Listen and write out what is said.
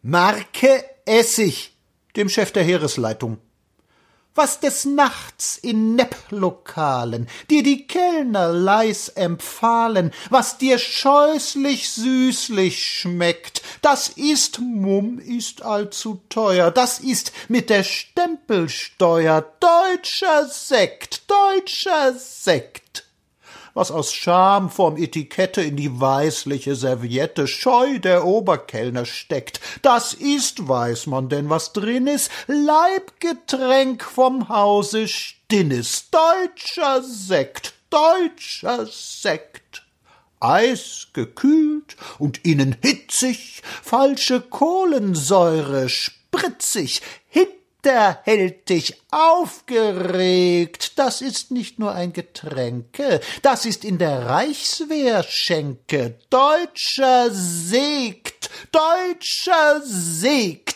Marke Essig, dem Chef der Heeresleitung. Was des Nachts in Nepplokalen dir die Kellner leis empfahlen, was dir scheußlich süßlich schmeckt, das ist, Mumm, ist allzu teuer, das ist mit der Stempelsteuer deutscher Sekt, deutscher Sekt. Was aus Scham vorm Etikette in die weißliche Serviette scheu der Oberkellner steckt, das ist, weiß man denn, was drin ist, Leibgetränk vom Hause Stinnes, deutscher Sekt, deutscher Sekt. Eis gekühlt und innen hitzig, falsche Kohlensäure spritzig, hinterhältig, aufgeregt, das ist nicht nur ein Getränke, das ist in der Reichswehr Schenke, deutscher Sekt, deutscher Sekt.